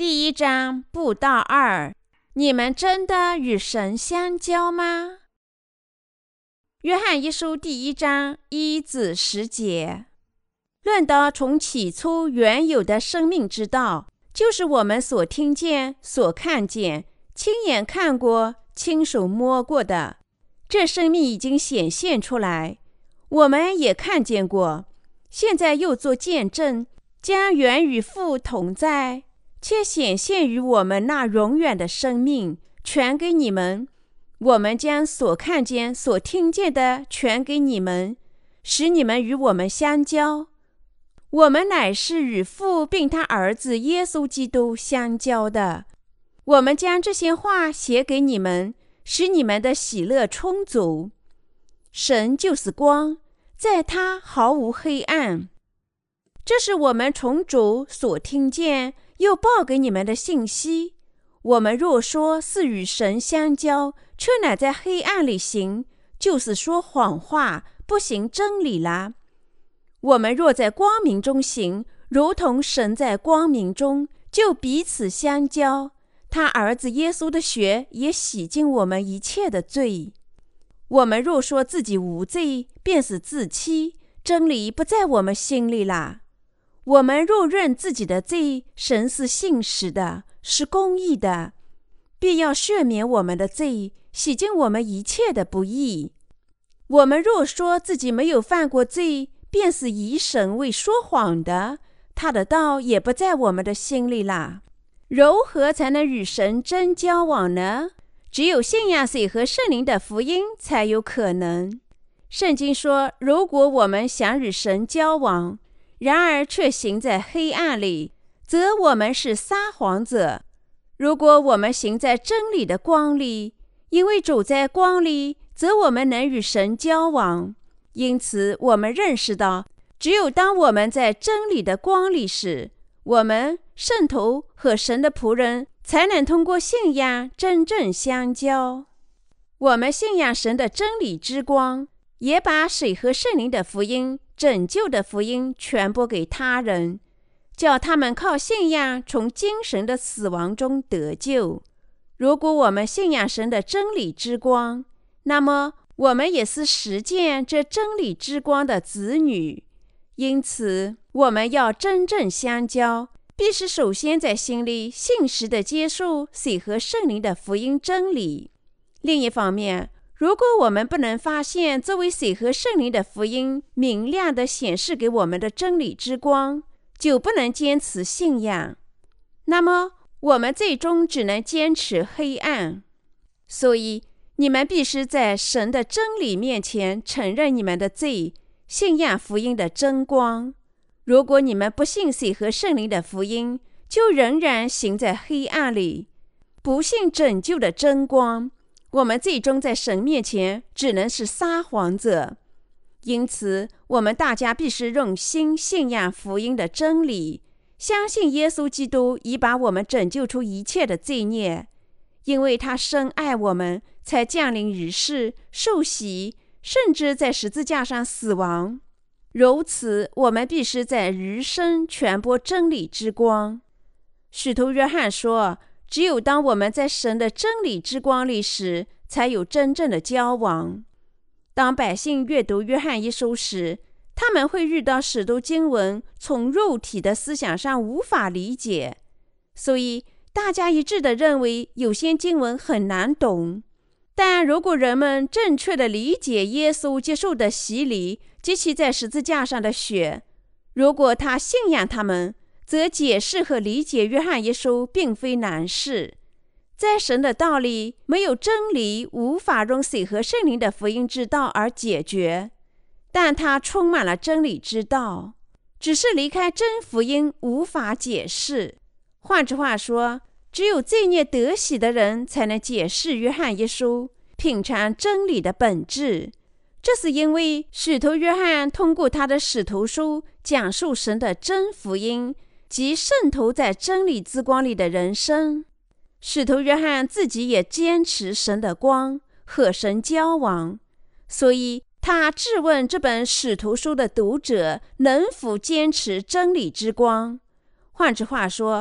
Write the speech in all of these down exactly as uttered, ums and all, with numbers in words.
第一章布道二：你们真的与神相交吗？约翰一书第一章一至十节，论到从起初原有的生命之道，就是我们所听见、所看见、亲眼看过、亲手摸过的。这生命已经显现出来，我们也看见过，现在又做见证，将原与父同在，且显现于我们那永远的生命传给你们。我们将所看见、所听见的传给你们，使你们与我们相交。我们乃是与父并他儿子耶稣基督相交的。我们将这些话写给你们，使你们的喜乐充足。神就是光，在他毫无黑暗。这是我们从主所听见又报给你们的信息。我们若说是与神相交，却乃在黑暗里行，就是说谎话，不行真理啦。我们若在光明中行，如同神在光明中，就彼此相交。他儿子耶稣的血也洗净我们一切的罪。我们若说自己无罪，便是自欺，真理不在我们心里啦。我们若认自己的罪，神是信实的，是公义的，必要赦免我们的罪，洗净我们一切的不义。我们若说自己没有犯过罪，便是以神为说谎的，他的道也不在我们的心里啦。如何才能与神真交往呢？只有信仰水和圣灵的福音才有可能。圣经说，如果我们想与神交往，然而却行在黑暗里，则我们是撒谎者。如果我们行在真理的光里，因为主在光里，则我们能与神交往。因此我们认识到，只有当我们在真理的光里时，我们圣徒和神的仆人才能通过信仰真正相交。我们信仰神的真理之光，也把水和圣灵的福音、拯救的福音传播给他人，叫他们靠信仰从精神的死亡中得救。如果我们信仰神的真理之光，那么我们也是实践这真理之光的子女。因此我们要真正相交，必须首先在心里信实地接受水和圣灵的福音真理。另一方面，如果我们不能发现这位水和圣灵的福音明亮地显示给我们的真理之光，就不能坚持信仰，那么我们最终只能坚持黑暗。所以你们必须在神的真理面前承认你们的罪，信仰福音的真光。如果你们不信水和圣灵的福音，就仍然行在黑暗里，不信拯救的真光，我们最终在神面前只能是撒谎者。因此我们大家必须用心信仰福音的真理，相信耶稣基督已把我们拯救出一切的罪孽，因为他深爱我们，才降临于世，受洗，甚至在十字架上死亡。如此我们必须在余生传播真理之光。使徒约翰说，只有当我们在神的真理之光里时，才有真正的交往。当百姓阅读约翰一书时，他们会遇到许多经文从肉体的思想上无法理解，所以大家一致地认为有些经文很难懂。但如果人们正确地理解耶稣接受的洗礼及其在十字架上的血，如果他信仰他们，则解释和理解约翰一书并非难事。在神的道里，没有真理无法用水和圣灵的福音之道而解决，但它充满了真理之道，只是离开真福音无法解释。换句话说，只有罪孽得洗的人才能解释约翰一书，品尝真理的本质。这是因为使徒约翰通过他的使徒书讲述神的真福音及渗透在真理之光里的人生。使徒约翰自己也坚持神的光，和神交往，所以他质问这本使徒书的读者能否坚持真理之光。换句话说，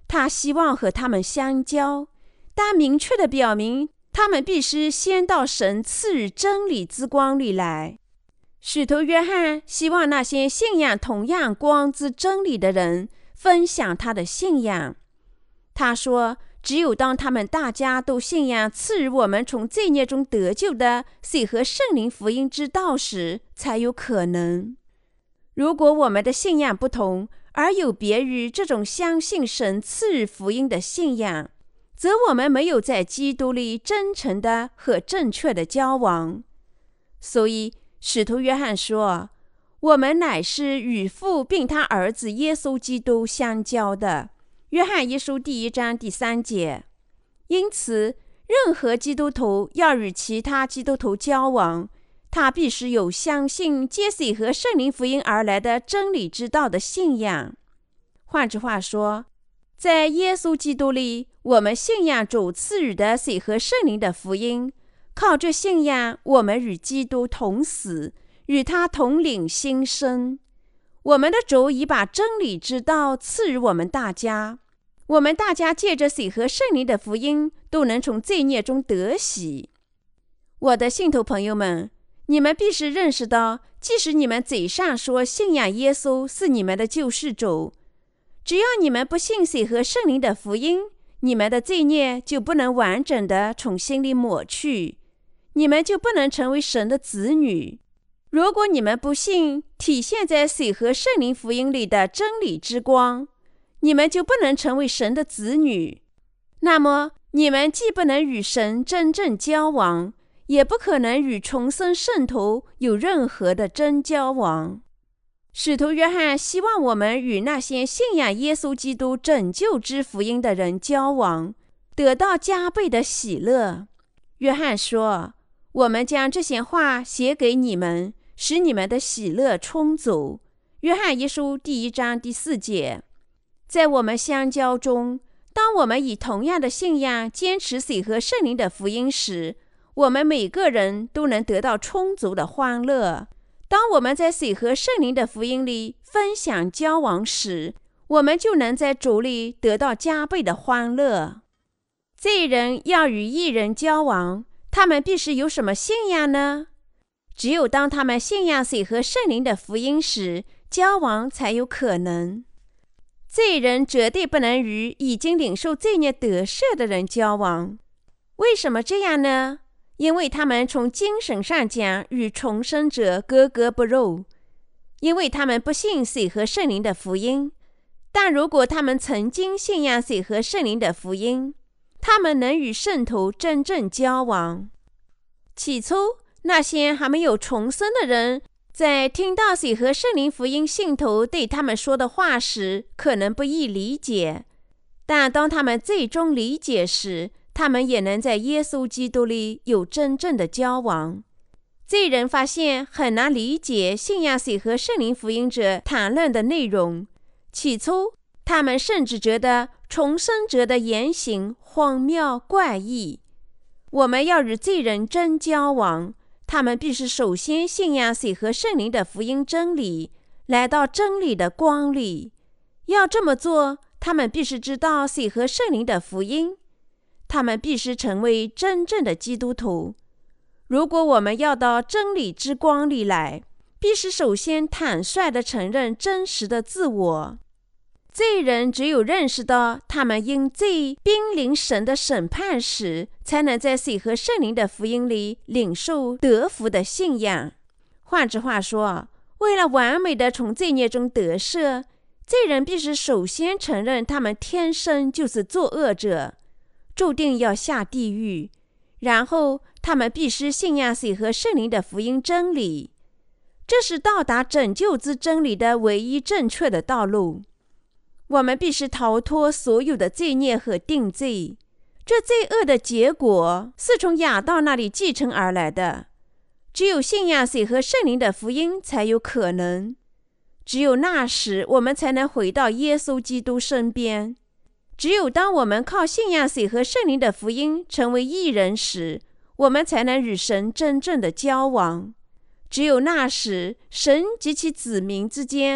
他希望和他们相交，但明确地表明他们必须先到神赐予真理之光里来。使徒约翰希望那些信仰同样光之真理的人分享他的信仰。他说，只有当他们大家都信仰赐予我们从罪孽中得救的水和圣灵福音之道时，才有可能。如果我们的信仰不同，而有别于这种相信神赐予福音的信仰，则我们没有在基督里真诚的和正确的交往。所以使徒约翰说，我们乃是与父并他儿子耶稣基督相交的。约翰一书第一章第三节。因此，任何基督徒要与其他基督徒交往，他必须有相信借水和圣灵福音而来的真理之道的信仰。换句话说，在耶稣基督里，我们信仰主赐予的水和圣灵的福音，靠着信仰，我们与基督同死，与他同领新生。我们的主已把真理之道赐予我们大家，我们大家借着水和圣灵的福音，都能从罪孽中得洗。我的信徒朋友们，你们必须认识到，即使你们嘴上说信仰耶稣是你们的救世主，只要你们不信水和圣灵的福音，你们的罪孽就不能完整的从心里抹去，你们就不能成为神的子女。如果你们不信体现在水和圣灵福音里的真理之光，你们就不能成为神的子女。那么，你们既不能与神真正交往，也不可能与重生圣徒有任何的真交往。使徒约翰希望我们与那些信仰耶稣基督拯救之福音的人交往，得到加倍的喜乐。约翰说，我们将这些话写给你们，使你们的喜乐充足。约翰一书第一章第四节。在我们相交中，当我们以同样的信仰坚持水和圣灵的福音时，我们每个人都能得到充足的欢乐。当我们在水和圣灵的福音里分享交往时，我们就能在主里得到加倍的欢乐。罪人要与义人交往，他们必须有什么信仰呢？只有当他们信仰水和圣灵的福音时，交往才有可能。罪人绝对不能与已经领受罪孽得赦的人交往。为什么这样呢？因为他们从精神上讲与重生者格格不入，因为他们不信水和圣灵的福音。但如果他们曾经信仰水和圣灵的福音，他们能与圣徒真正交往。起初，那些还没有重生的人在听到水和圣灵福音信徒对他们说的话时，可能不易理解，但当他们最终理解时，他们也能在耶稣基督里有真正的交往。罪人发现很难理解信仰水和圣灵福音者谈论的内容，起初他们甚至觉得重生者的言行荒谬怪异。我们要与罪人真交往，他们必须首先信仰水和圣灵的福音真理，来到真理的光里。要这么做，他们必须知道水和圣灵的福音，他们必须成为真正的基督徒。如果我们要到真理之光里来，必须首先坦率地承认真实的自我。罪人只有认识到他们因罪濒临神的审判时，才能在水和圣灵的福音里领受得福的信仰。换句话说，为了完美地从罪孽中得赦，罪人必须首先承认他们天生就是作恶者，注定要下地狱。然后他们必须信仰水和圣灵的福音真理，这是到达拯救之真理的唯一正确的道路。我们必须逃脱所有的罪孽和定罪，这罪恶的结果是从亚当那里继承而来的。只有信仰水和圣灵的福音才有可能，只有那时我们才能回到耶稣基督身边。只有当我们靠信仰水和圣灵的福音成为义人时，我们才能与神真正的交往。只有那时，神及其子民之间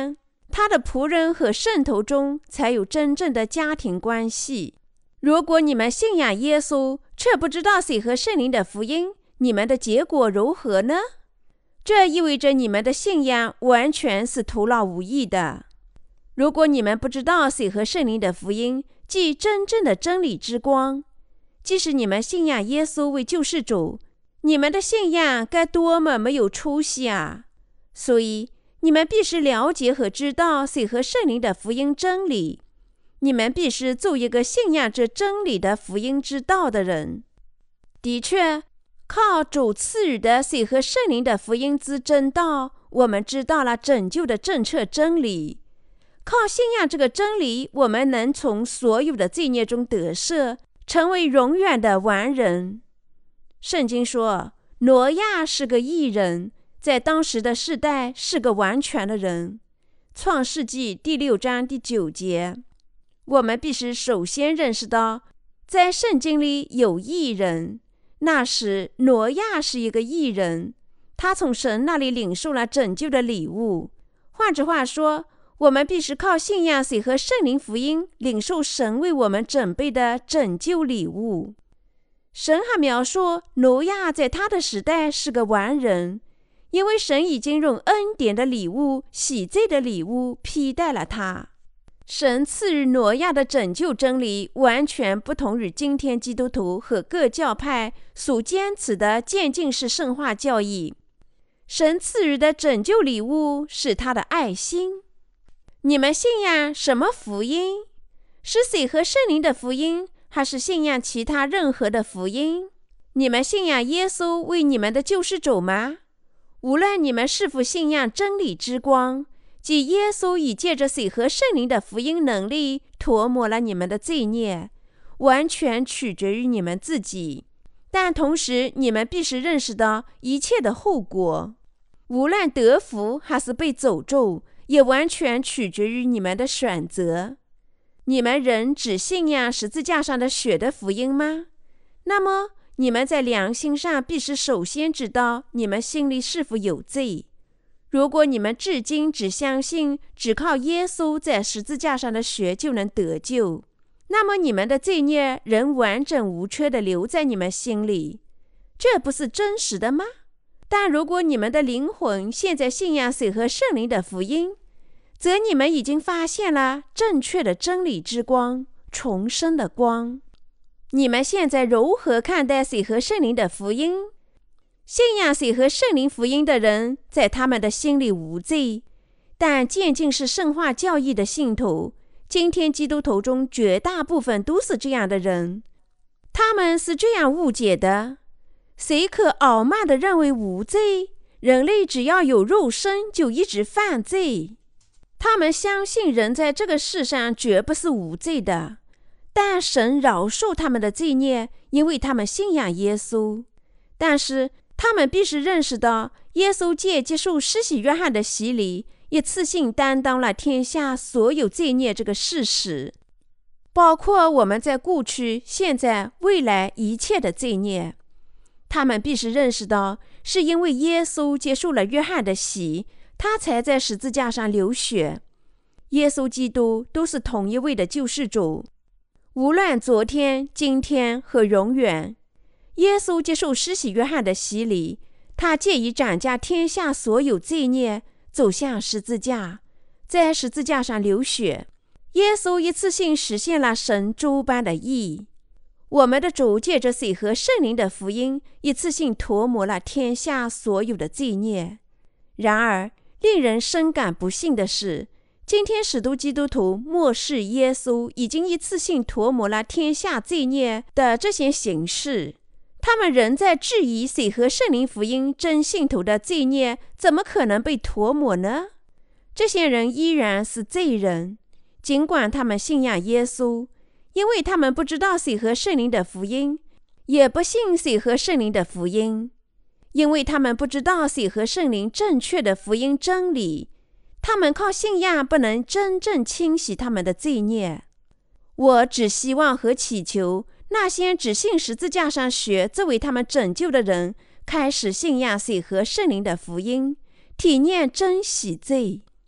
他的仆人和圣徒中才有真正的家庭关系。如果你们信仰耶稣，却不知道水和圣灵的福音，你们的结果如何呢？这意味着你们的信仰完全是徒劳无益的。如果你们不知道水和圣灵的福音，即真正的真理之光，即使你们信仰耶稣为救世主，你们的信仰该多么没有出息啊！所以你们必须了解和知道水和圣灵的福音真理。你们必须做一个信仰这真理的福音之道的人。的确，靠主赐予的水和圣灵的福音之真道，我们知道了拯救的正确真理。靠信仰这个真理，我们能从所有的罪孽中得赦，成为永远的完人。圣经说，挪亚是个义人，在当时的世代是个完全的人。创世纪第六章第九节。我们必须首先认识到，在圣经里有义人。那时挪亚是一个义人，他从神那里领受了拯救的礼物。换句话说，我们必须靠信仰水和圣灵福音，领受神为我们准备的拯救礼物。神还描述挪亚在他的时代是个完人，因为神已经用恩典的礼物、洗罪的礼物披戴了他。神赐予挪亚的拯救真理完全不同于今天基督徒和各教派所坚持的渐进式圣化教义。神赐予的拯救礼物是他的爱心。你们信仰什么福音？是水和圣灵的福音，还是信仰其他任何的福音？你们信仰耶稣为你们的救世主吗？无论你们是否信仰真理之光，即耶稣已借着水和圣灵的福音能力涂抹了你们的罪孽，完全取决于你们自己。但同时，你们必须认识到一切的后果，无论得福还是被诅咒，也完全取决于你们的选择。你们仍只信仰十字架上的血的福音吗？那么，你们在良心上必须首先知道你们心里是否有罪。如果你们至今只相信只靠耶稣在十字架上的血就能得救，那么你们的罪孽仍完整无缺地留在你们心里，这不是真实的吗？但如果你们的灵魂现在信仰水和圣灵的福音，则你们已经发现了正确的真理之光，重生的光。你们现在如何看待水和圣灵的福音？信仰水和圣灵福音的人，在他们的心里无罪，但渐进式圣化教义的信徒，今天基督徒中绝大部分都是这样的人。他们是这样误解的：谁可傲慢地认为无罪？人类只要有肉身就一直犯罪。他们相信人在这个世上绝不是无罪的，但神饶恕他们的罪孽，因为他们信仰耶稣。但是他们必须认识到，耶稣借接受施洗约翰的洗礼，一次性担当了天下所有罪孽这个事实，包括我们在过去、现在、未来一切的罪孽。他们必须认识到，是因为耶稣接受了约翰的洗，他才在十字架上流血。耶稣基督都是同一位的救世主，无论昨天、今天和永远。耶稣接受施洗约翰的洗礼，他借以斩价天下所有罪孽，走向十字架，在十字架上流血。耶稣一次性实现了神诸般的义。我们的主借着水和圣灵的福音，一次性涂抹了天下所有的罪孽。然而，令人深感不幸的是，今天许多基督徒漠视耶稣已经一次性涂抹了天下罪孽的这些形式。他们仍在质疑水和圣灵福音真信徒的罪孽怎么可能被涂抹呢？这些人依然是罪人，尽管他们信仰耶稣，因为他们不知道水和圣灵的福音，也不信水和圣灵的福音，因为他们不知道水和圣灵正确的福音真理，他们靠信仰不能真正清洗他们的罪孽。我只希望和祈求那些只信十字架上血作为他们拯救的人，开始信仰水和圣灵的福音，体验真洗罪。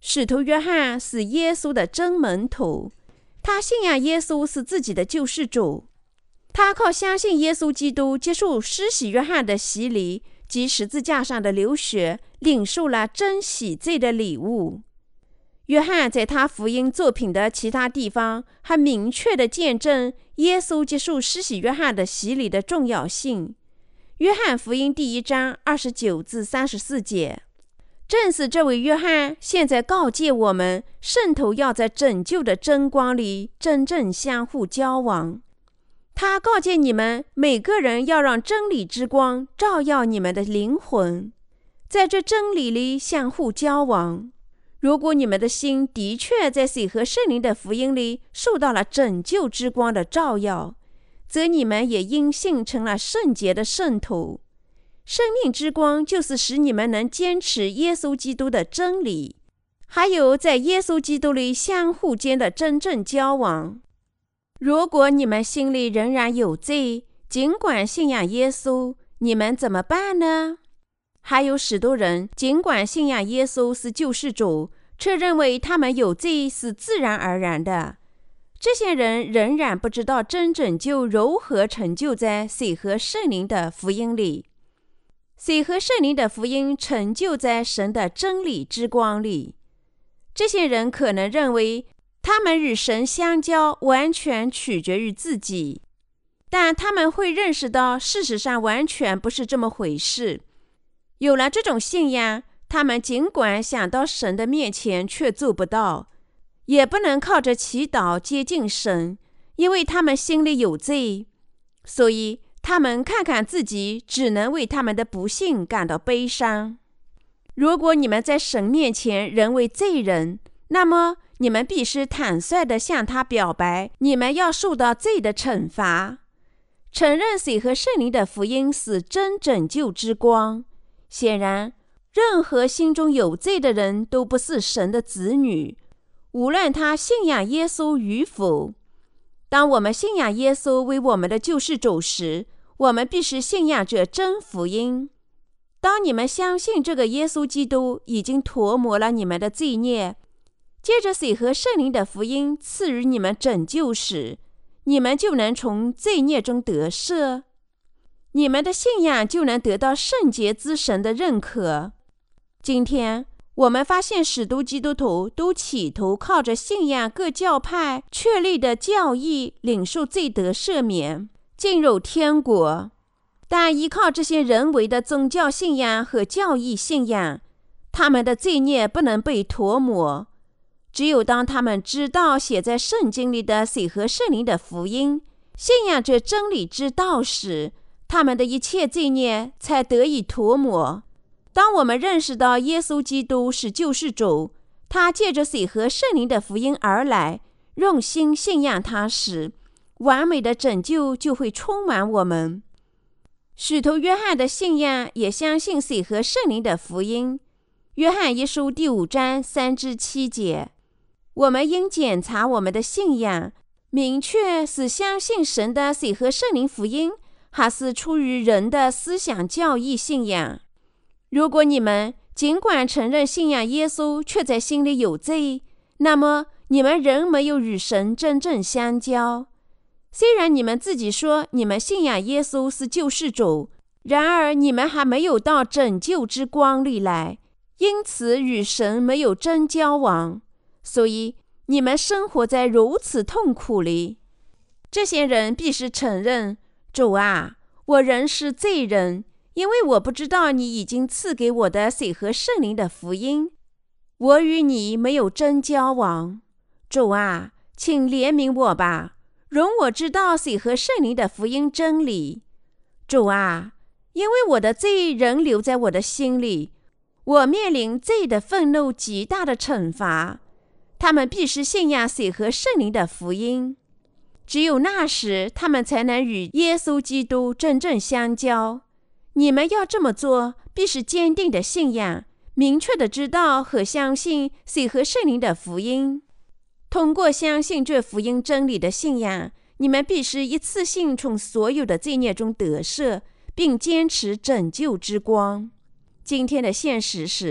使徒约翰是耶稣的真门徒，他信仰耶稣是自己的救世主。他靠相信耶稣基督接受施洗约翰的洗礼及十字架上的流血，领受了真洗罪的礼物。约翰在他福音作品的其他地方还明确地见证耶稣接受施洗约翰的洗礼的重要性。约翰福音第一章二十九至三十四节，正是这位约翰现在告诫我们，圣徒要在拯救的真光里真正相互交往。他告诫你们，每个人要让真理之光照耀你们的灵魂，在这真理里相互交往。如果你们的心的确在水和圣灵的福音里受到了拯救之光的照耀，则你们也因信成了圣洁的圣徒。生命之光就是使你们能坚持耶稣基督的真理，还有在耶稣基督里相互间的真正交往。如果你们心里仍然有罪，尽管信仰耶稣，你们怎么办呢？还有许多人尽管信仰耶稣是救世主，却认为他们有罪是自然而然的。这些人仍然不知道真拯救如何成就在水和圣灵的福音里。水和圣灵的福音成就在神的真理之光里。这些人可能认为他们与神相交完全取决于自己，但他们会认识到事实上完全不是这么回事。有了这种信仰，他们尽管想到神的面前，却做不到，也不能靠着祈祷接近神，因为他们心里有罪，所以他们看看自己，只能为他们的不幸感到悲伤。如果你们在神面前仍为罪人，那么你们必须坦率地向他表白，你们要受到罪的惩罚。承认水和圣灵的福音是真拯救之光。显然，任何心中有罪的人都不是神的子女，无论他信仰耶稣与否。当我们信仰耶稣为我们的救世主时，我们必须信仰这真福音。当你们相信这个耶稣基督已经涂抹了你们的罪孽，借着水和圣灵的福音赐予你们拯救时，你们就能从罪孽中得赦，你们的信仰就能得到圣洁之神的认可。今天我们发现许多基督徒都企图靠着信仰各教派确立的教义领受罪得赦免，进入天国。但依靠这些人为的宗教信仰和教义信仰，他们的罪孽不能被涂抹。只有当他们知道写在圣经里的水和圣灵的福音，信仰这真理之道时，他们的一切罪孽才得以涂抹。当我们认识到耶稣基督是救世主，他借着水和圣灵的福音而来，用心信仰他时，完美的拯救就会充满我们。使徒约翰的信仰也相信水和圣灵的福音。约翰一书第五章三至七节，我们应检查我们的信仰，明确是相信神的水和圣灵福音，还是出于人的思想教义信仰。如果你们尽管承认信仰耶稣，却在心里有罪，那么你们仍没有与神真正相交。虽然你们自己说你们信仰耶稣是救世主，然而你们还没有到拯救之光里来，因此与神没有真交往，所以你们生活在如此痛苦里。这些人必须承认，主啊，我仍是罪人，因为我不知道你已经赐给我的水和圣灵的福音，我与你没有真交往。主啊，请怜悯我吧，容我知道水和圣灵的福音真理。主啊，因为我的罪仍留在我的心里，我面临罪的愤怒极大的惩罚。他们必须信仰水和圣灵的福音，只有那时他们才能与耶稣基督真正相交。你们要这么做，必须坚定的信仰，明确的知道和相信水和圣灵的福音。通过相信这福音真理的信仰，你们必须一次性从所有的罪孽中得赦，并坚持拯救之光。今天的现实是，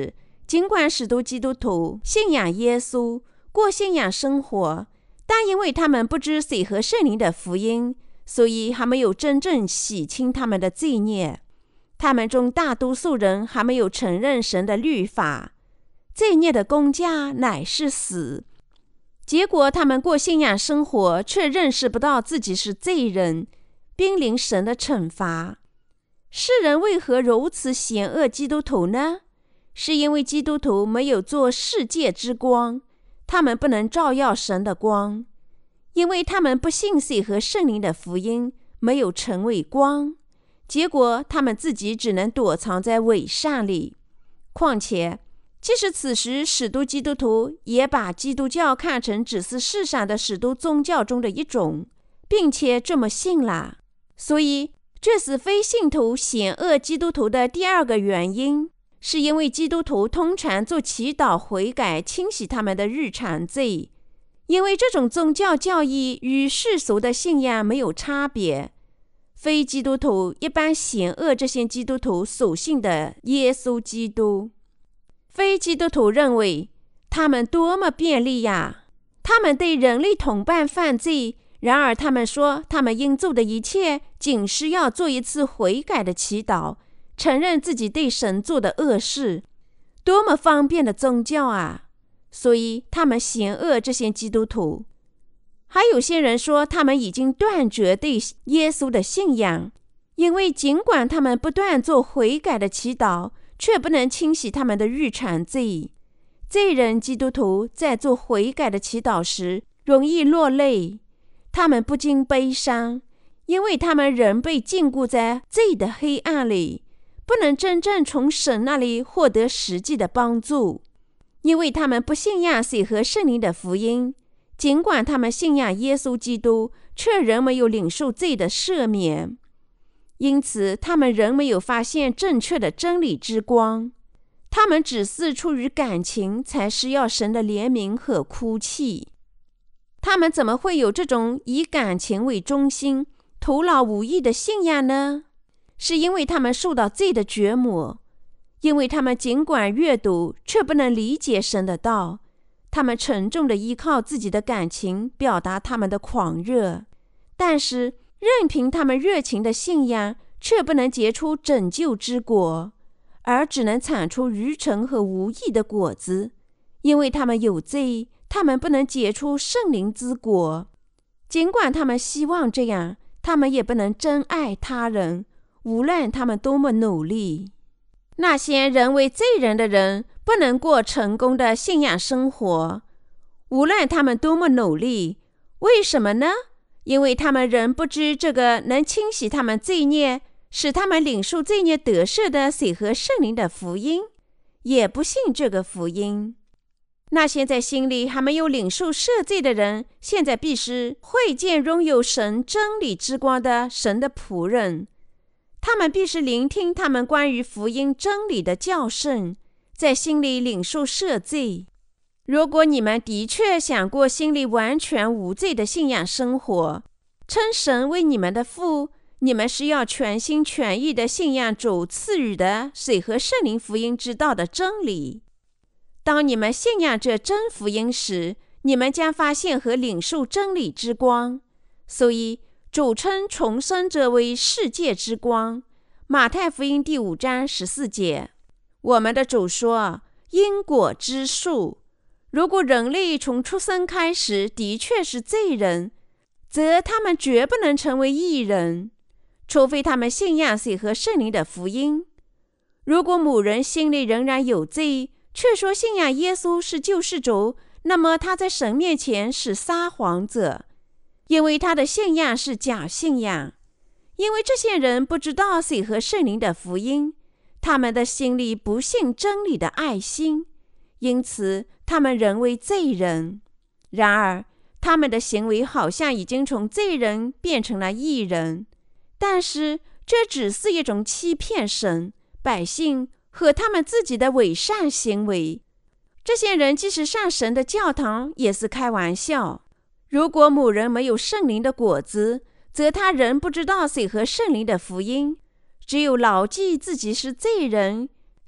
尽管许多基督徒信仰耶稣，过信仰生活，但因为他们不知水和圣灵的福音，所以还没有真正洗清他们的罪孽。他们中大多数人还没有承认神的律法，罪孽的工价乃是死。结果他们过信仰生活，却认识不到自己是罪人，濒临神的惩罚。世人为何如此险恶基督徒呢？是因为基督徒没有做世界之光，他们不能照耀神的光，因为他们不信水和圣灵的福音，没有成为光，结果他们自己只能躲藏在伪善里。况且即使此时许多基督徒也把基督教看成只是世上的许多宗教中的一种，并且这么信了，所以这是非信徒险恶基督徒的第二个原因，是因为基督徒通常做祈祷悔改，清洗他们的日常罪，因为这种宗教教义与世俗的信仰没有差别。非基督徒一般险恶这些基督徒所信的耶稣基督。非基督徒认为他们多么便利呀！他们对人类同伴犯罪，然而他们说他们应做的一切仅是要做一次悔改的祈祷，承认自己对神做的恶事。多么方便的宗教啊！所以他们险恶这些基督徒。还有些人说他们已经断绝对耶稣的信仰，因为尽管他们不断做悔改的祈祷，却不能清洗他们的日常罪。罪人基督徒在做悔改的祈祷时容易落泪，他们不禁悲伤，因为他们仍被禁锢在罪的黑暗里，不能真正从神那里获得实际的帮助。因为他们不信仰水和圣灵的福音，尽管他们信仰耶稣基督，却仍没有领受罪的赦免。因此他们仍没有发现正确的真理之光，他们只是出于感情才需要神的怜悯和哭泣。他们怎么会有这种以感情为中心、徒劳无益的信仰呢？是因为他们受到罪的折磨，因为他们尽管阅读，却不能理解神的道。他们沉重地依靠自己的感情表达他们的狂热，但是任凭他们热情的信仰，却不能结出拯救之果，而只能产出愚蠢和无益的果子。因为他们有罪，他们不能结出圣灵之果。尽管他们希望这样，他们也不能真爱他人，无论他们多么努力。那些认为罪人的人不能过成功的信仰生活，无论他们多么努力。为什么呢？因为他们仍不知这个能清洗他们罪孽，使他们领受罪孽得赦的水和圣灵的福音，也不信这个福音。那些在心里还没有领受赦罪的人，现在必须会见拥有神真理之光的神的仆人，他们必须聆听他们关于福音真理的教训，在心里领受赦罪。如果你们的确想过心里完全无罪的信仰生活，称神为你们的父，你们是要全心全意的信仰主赐予的水和圣灵福音之道的真理。当你们信仰这真福音时，你们将发现和领受真理之光。所以主称重生者为世界之光。马太福音第五章十四节，我们的主说，因果之树，如果人类从出生开始的确是罪人，则他们绝不能成为义人，除非他们信仰水和圣灵的福音。如果某人心里仍然有罪，却说信仰耶稣是救世主，那么他在神面前是撒谎者，因为他的信仰是假信仰。因为这些人不知道水和圣灵的福音，他们的心里不信真理的爱心，因此他们仍为罪人。然而他们的行为好像已经从罪人变成了义人，但是这只是一种欺骗神、百姓和他们自己的伪善行为。这些人即使上神的教堂也是开玩笑。如果某人没有圣灵的果子，则他仍不知道水和圣灵的福音。只有牢记自己是罪人，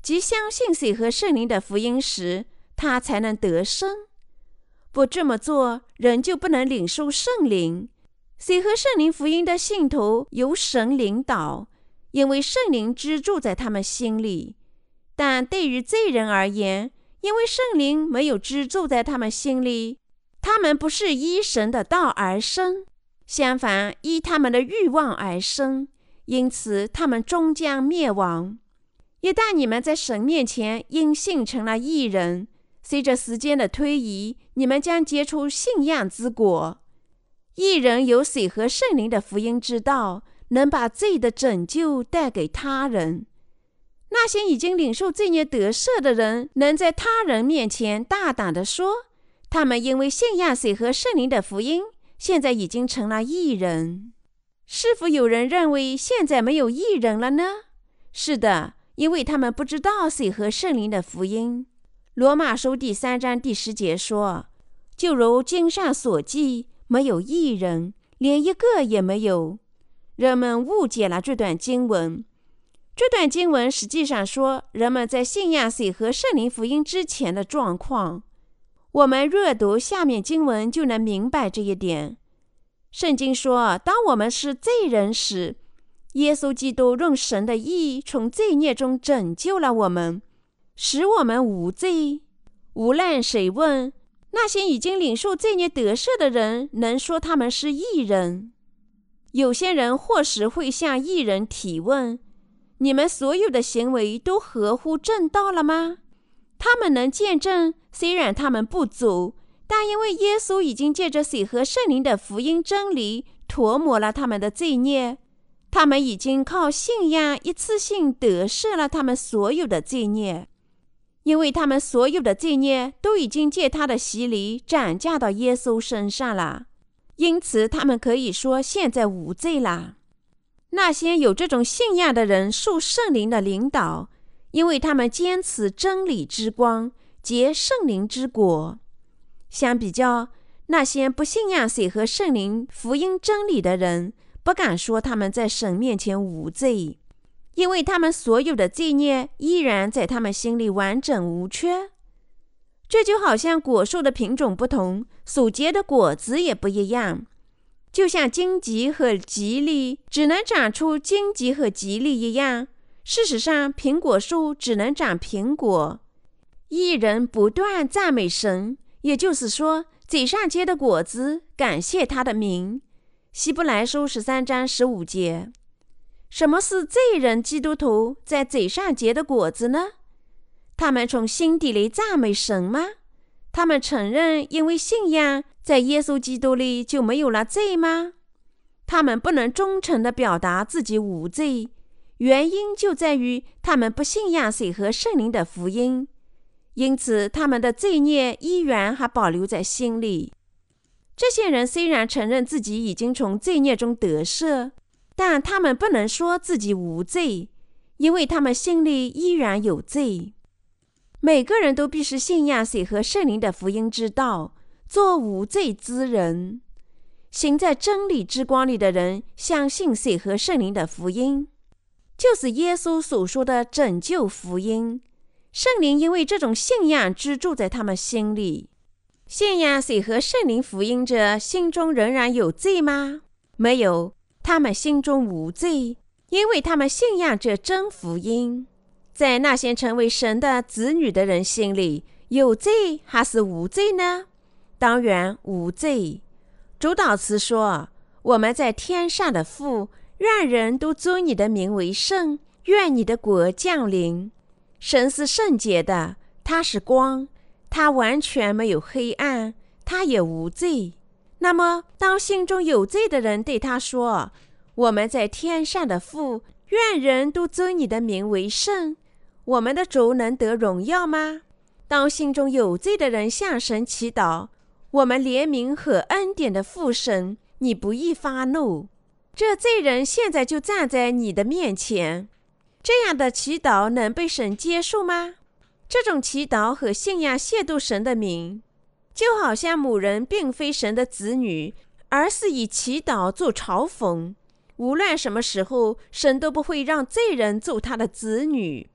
即相信水和圣灵的福音时，他才能得生。不这么做，人就不能领受圣灵。水和圣灵福音的信徒由神领导，因为圣灵居住在他们心里。但对于罪人而言，因为圣灵没有居住在他们心里，他们不是依神的道而生，相反，依他们的欲望而生，因此他们终将灭亡。一旦你们在神面前因信成了义人，随着时间的推移，你们将结出信仰之果。义人有水和圣灵的福音之道，能把罪的拯救带给他人。那些已经领受罪孽得赦的人，能在他人面前大胆地说，他们因为信仰水和圣灵的福音，现在已经成了义人。是否有人认为现在没有义人了呢？是的，因为他们不知道水和圣灵的福音。罗马书第三章第十节说，就如经上所记，没有义人，连一个也没有。人们误解了这段经文。这段经文实际上说人们在信仰水和圣灵福音之前的状况。我们阅读下面经文就能明白这一点。圣经说，当我们是罪人时，耶稣基督用神的义从罪孽中拯救了我们，使我们无罪。无论谁问，那些已经领受罪孽得赦的人能说他们是义人。有些人或许会向义人提问，你们所有的行为都合乎正道了吗？他们能见证，虽然他们不足，但因为耶稣已经借着水和圣灵的福音真理涂抹了他们的罪孽，他们已经靠信仰一次性得赦了他们所有的罪孽。因为他们所有的罪孽都已经借他的洗礼转嫁到耶稣身上了，因此他们可以说现在无罪了。那些有这种信仰的人受圣灵的领导，因为他们坚持真理之光，结圣灵之果。相比较，那些不信仰水和圣灵福音真理的人，不敢说他们在神面前无罪，因为他们所有的罪孽依然在他们心里完整无缺。这就好像果树的品种不同，所结的果子也不一样。就像荆棘和吉利只能长出荆棘和吉利一样，事实上苹果树只能长苹果。义人不断赞美神，也就是说嘴上结的果子感谢他的名。希伯来书十三章十五节。什么是罪人基督徒在嘴上结的果子呢？他们从心底里赞美神吗？他们承认因为信仰在耶稣基督里就没有了罪吗？他们不能忠诚地表达自己无罪，原因就在于他们不信仰水和圣灵的福音，因此他们的罪孽依然还保留在心里。这些人虽然承认自己已经从罪孽中得赦，但他们不能说自己无罪，因为他们心里依然有罪。每个人都必须信仰水和圣灵的福音之道，做无罪之人。行在真理之光里的人相信水和圣灵的福音，就是耶稣所说的拯救福音。圣灵因为这种信仰居住在他们心里。信仰水和圣灵福音者心中仍然有罪吗？没有，他们心中无罪，因为他们信仰着真福音。在那些成为神的子女的人心里，有罪还是无罪呢？当然无罪。主祷词说，我们在天上的父，愿人都尊你的名为圣，愿你的国降临。神是圣洁的，他是光，他完全没有黑暗，他也无罪。那么当心中有罪的人对他说，我们在天上的父，愿人都尊你的名为圣，我们的主能得荣耀吗？当心中有罪的人向神祈祷，我们怜悯和恩典的父神，你不易发怒，这罪人现在就站在你的面前。这样的祈祷能被神接受吗？这种祈祷和信仰亵渎神的名，就好像某人并非神的子女，而是以祈祷做嘲讽。无论什么时候，神都不会让罪人做他的子女。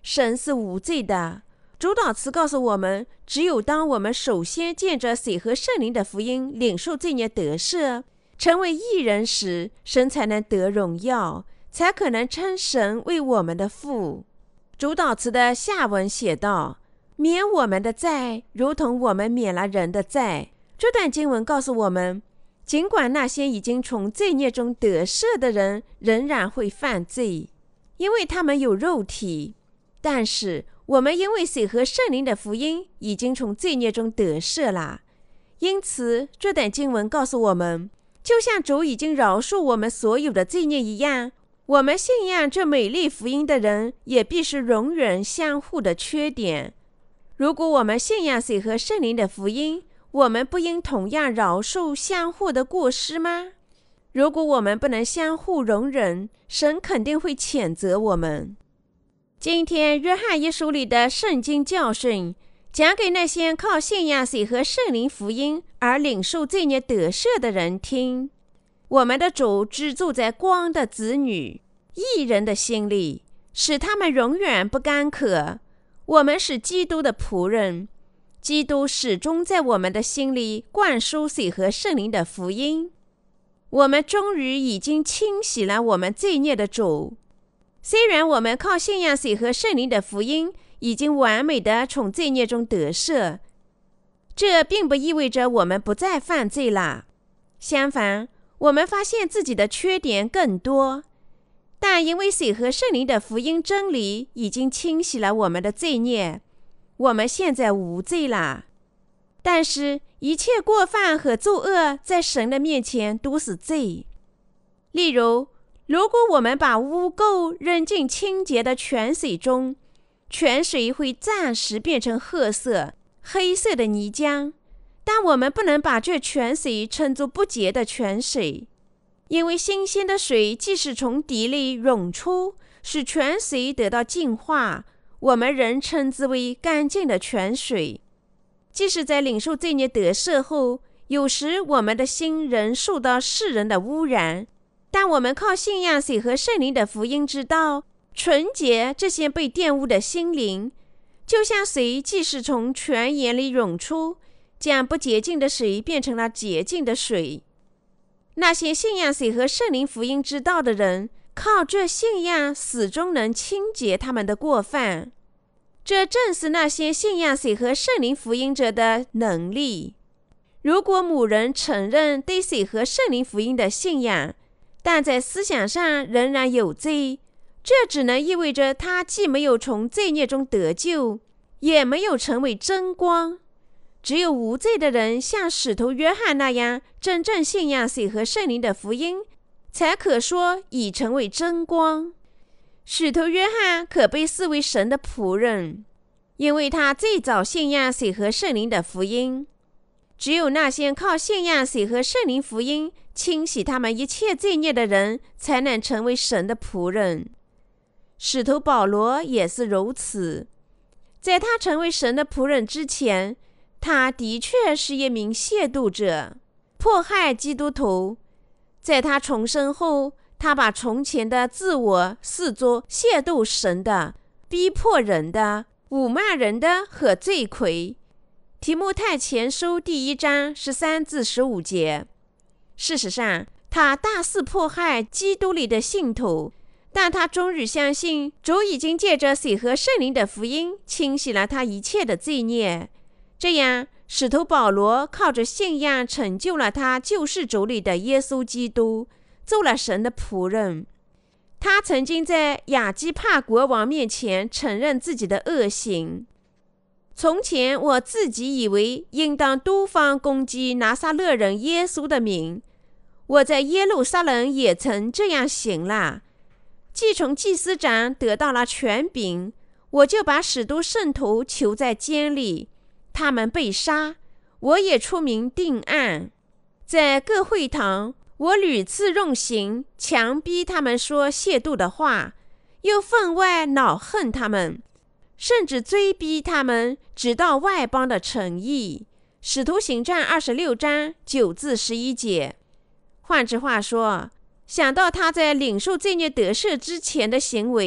神是无罪的。主导词告诉我们，只有当我们首先见着水和圣灵的福音，领受罪孽得赦，成为义人时，神才能得荣耀，才可能称神为我们的父。主导词的下文写道，免我们的债，如同我们免了人的债。这段经文告诉我们，尽管那些已经从罪孽中得赦的人仍然会犯罪，因为他们有肉体，但是我们因为水和圣灵的福音已经从罪孽中得赦了。因此这段经文告诉我们，就像主已经饶恕我们所有的罪孽一样，我们信仰这美丽福音的人也必须容忍相互的缺点。如果我们信仰水和圣灵的福音，我们不应同样饶恕相互的过失吗？如果我们不能相互容忍，神肯定会谴责我们。今天约翰一书里的圣经教训，讲给那些靠信仰水和圣灵福音而领受罪孽得赦的人听。我们的主居住在光的子女、义人的心里，使他们永远不干渴。我们是基督的仆人，基督始终在我们的心里灌输水和圣灵的福音。我们终于已经清洗了我们罪孽的主。虽然我们靠信仰水和圣灵的福音已经完美的从罪孽中得赦，这并不意味着我们不再犯罪了。相反，我们发现自己的缺点更多，但因为水和圣灵的福音真理已经清洗了我们的罪孽，我们现在无罪了。但是一切过犯和作恶在神的面前都是罪。例如，如果我们把污垢扔进清洁的泉水中，泉水会暂时变成褐色、黑色的泥浆，但我们不能把这泉水称作不洁的泉水，因为新鲜的水即使从底里涌出，使泉水得到净化，我们仍称之为干净的泉水。即使在领受罪孽得赦后，有时我们的心仍受到世人的污染，但我们靠信仰水和圣灵的福音知道，纯洁这些被玷污的心灵，就像水即使从泉眼里涌出，将不洁净的水变成了洁净的水。那些信仰水和圣灵福音之道的人，靠这信仰始终能清洁他们的过犯。这正是那些信仰水和圣灵福音者的能力。如果某人承认对水和圣灵福音的信仰，但在思想上仍然有罪，这只能意味着他既没有从罪孽中得救，也没有成为真光。只有无罪的人像使徒约翰那样真正信仰水和圣灵的福音，才可说已成为真光。使徒约翰可被视为神的仆人，因为他最早信仰水和圣灵的福音。只有那些靠信仰水和圣灵福音清洗他们一切罪孽的人，才能成为神的仆人。使徒保罗也是如此。在他成为神的仆人之前，他的确是一名亵渎者，迫害基督徒。在他重生后，他把从前的自我视作亵渎神的、逼迫人的、侮骂人的和罪魁。提摩太前书第一章十三至十五节。事实上，他大肆迫害基督里的信徒，但他终日相信主已经借着水和圣灵的福音清洗了他一切的罪孽。这样，使徒保罗靠着信仰成就了他救世主里的耶稣基督，做了神的仆人。他曾经在亚基帕国王面前承认自己的恶行。从前我自己以为应当多方攻击拿撒勒人耶稣的名，我在耶路撒冷也曾这样行了。既从祭司长得到了权柄，我就把使徒圣徒囚在监里，他们被杀，我也出名定案。在各会堂，我屡次用刑强逼他们说亵渎的话，又分外恼恨他们，甚至追逼他们，直到外邦的城邑。使徒行传二十六章九至十一节。换句话说，想到他在领受罪孽得赦之前的行为，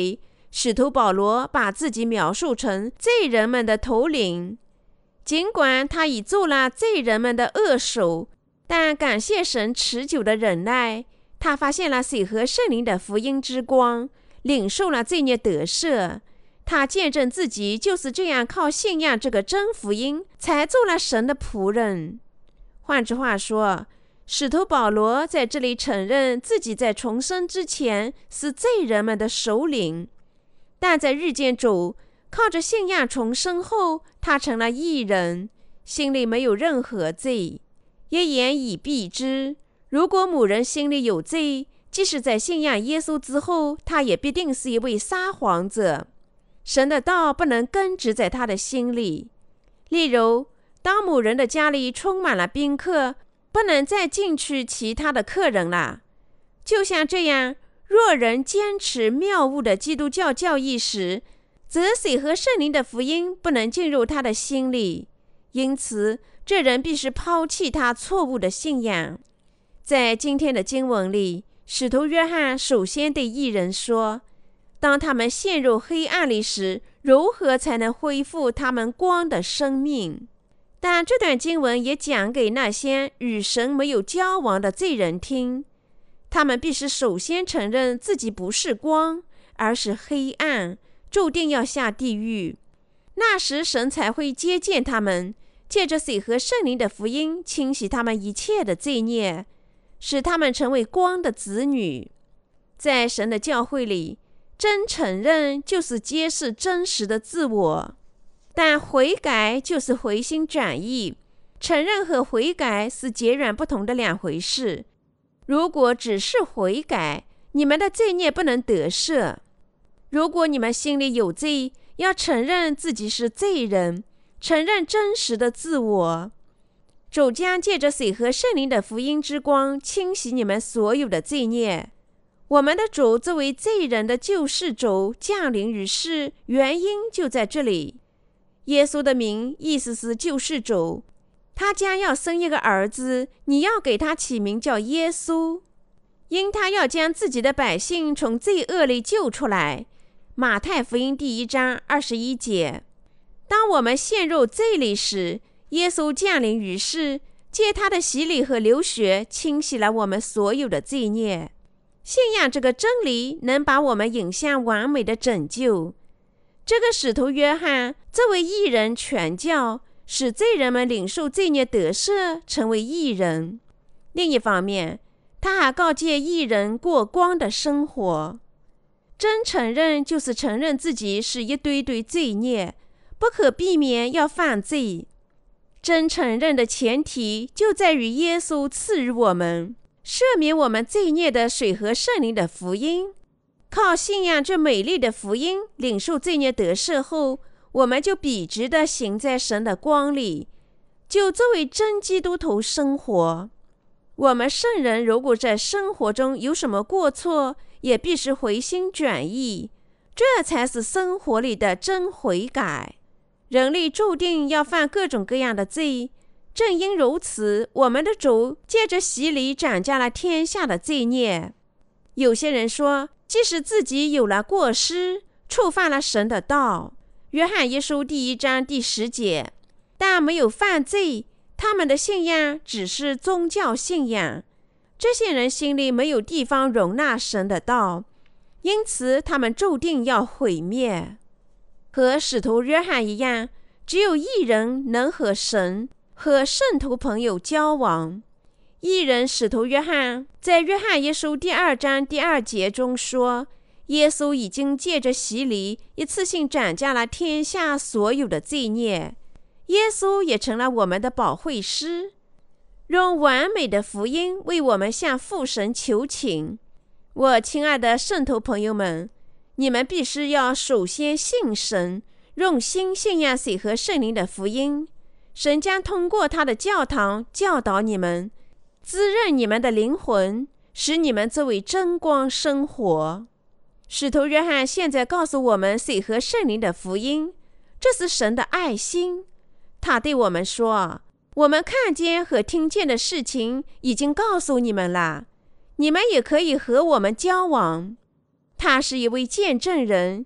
使徒保罗把自己描述成罪人们的头领。尽管他已做了罪人们的恶手，但感谢神持久的忍耐，他发现了水和圣灵的福音之光，领受了罪孽得赦。他见证自己就是这样靠信仰这个真福音，才做了神的仆人。换句话说，使徒保罗在这里承认自己在重生之前是罪人们的首领，但在日渐主靠着信仰重生后，他成了义人，心里没有任何罪。一言以蔽之，如果某人心里有罪，即使在信仰耶稣之后，他也必定是一位撒谎者。神的道不能根植在他的心里。例如，当某人的家里充满了宾客，不能再进去其他的客人了。就像这样，若人坚持谬误的基督教教义时，则水和圣灵的福音不能进入他的心里，因此这人必须抛弃他错误的信仰。在今天的经文里，使徒约翰首先对义人说，当他们陷入黑暗里时，如何才能恢复他们光的生命？但这段经文也讲给那些与神没有交往的罪人听，他们必须首先承认自己不是光，而是黑暗，注定要下地狱。那时神才会接见他们，借着水和圣灵的福音清洗他们一切的罪孽，使他们成为光的子女。在神的教会里，真承认就是揭示真实的自我，但悔改就是回心转意。承认和悔改是截然不同的两回事。如果只是悔改，你们的罪孽不能得赦。如果你们心里有罪，要承认自己是罪人，承认真实的自我。主将借着水和圣灵的福音之光清洗你们所有的罪孽。我们的主作为罪人的救世主降临于世，原因就在这里。耶稣的名意思是救世主，他将要生一个儿子，你要给他起名叫耶稣，因他要将自己的百姓从罪恶里救出来。马太福音第一章二十一节。当我们陷入罪里时，耶稣降临于世，借他的洗礼和流血清洗了我们所有的罪孽。信仰这个真理能把我们引向完美的拯救。这个使徒约翰作为义人传教，使罪人们领受罪孽得赦，成为义人。另一方面，他还告诫义人过光的生活。真承认就是承认自己是一堆堆罪孽，不可避免要犯罪。真承认的前提就在于耶稣赐予我们赦免我们罪孽的水和圣灵的福音。靠信仰这美丽的福音，领受罪孽得赦后，我们就笔直地行在神的光里，就作为真基督徒生活。我们圣人如果在生活中有什么过错，也必须回心转意，这才是生活里的真悔改。人类注定要犯各种各样的罪，正因如此，我们的主借着洗礼斩价了天下的罪孽。有些人说，即使自己有了过失，触犯了神的道，约翰一书第一章第十节，但没有犯罪，他们的信仰只是宗教信仰。这些人心里没有地方容纳神的道，因此他们注定要毁灭。和使徒约翰一样，只有义人能和神和圣徒朋友交往。义人使徒约翰在约翰一书第二章第二节中说，耶稣已经借着洗礼一次性斩价了天下所有的罪孽，耶稣也成了我们的保惠师，用完美的福音为我们向父神求情。我亲爱的圣徒朋友们，你们必须要首先信神，用心信仰水和圣灵的福音。神将通过他的教堂教导你们，滋润你们的灵魂，使你们作为真光生活。使徒约翰现在告诉我们水和圣灵的福音，这是神的爱心。他对我们说，我们看见和听见的事情已经告诉你们了，你们也可以和我们交往。他是一位见证人，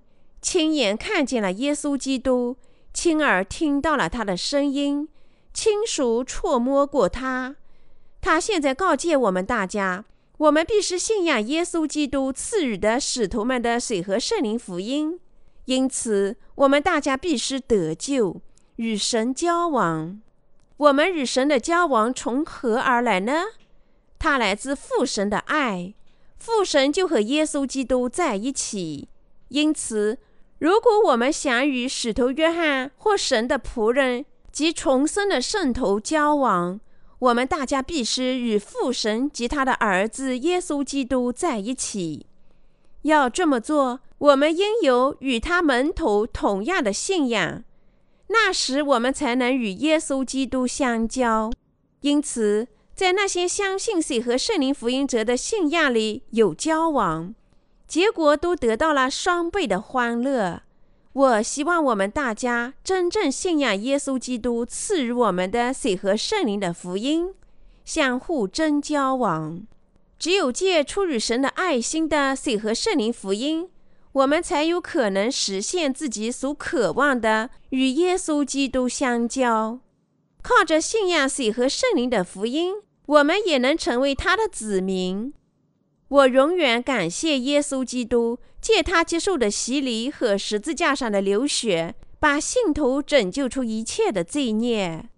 亲眼看见了耶稣基督，亲耳听到了他的声音，亲属触摸过他。他现在告诫我们大家，我们必须信仰耶稣基督赐予的使徒们的水和圣灵福音。因此，我们大家必须得救，与神交往。我们与神的交往从何而来呢？它来自父神的爱，父神就和耶稣基督在一起。因此，如果我们想与使徒约翰或神的仆人及重生的圣徒交往，我们大家必须与父神及他的儿子耶稣基督在一起。要这么做，我们应有与他门徒同样的信仰，那时我们才能与耶稣基督相交。因此，在那些相信水和圣灵福音者的信仰里有交往，结果都得到了双倍的欢乐。我希望我们大家真正信仰耶稣基督赐予我们的水和圣灵的福音，相互真交往。只有借出于神的爱心的水和圣灵福音，我们才有可能实现自己所渴望的与耶稣基督相交。靠着信仰水和圣灵的福音，我们也能成为他的子民。我永远感谢耶稣基督借他接受的洗礼和十字架上的流血，把信徒拯救出一切的罪孽。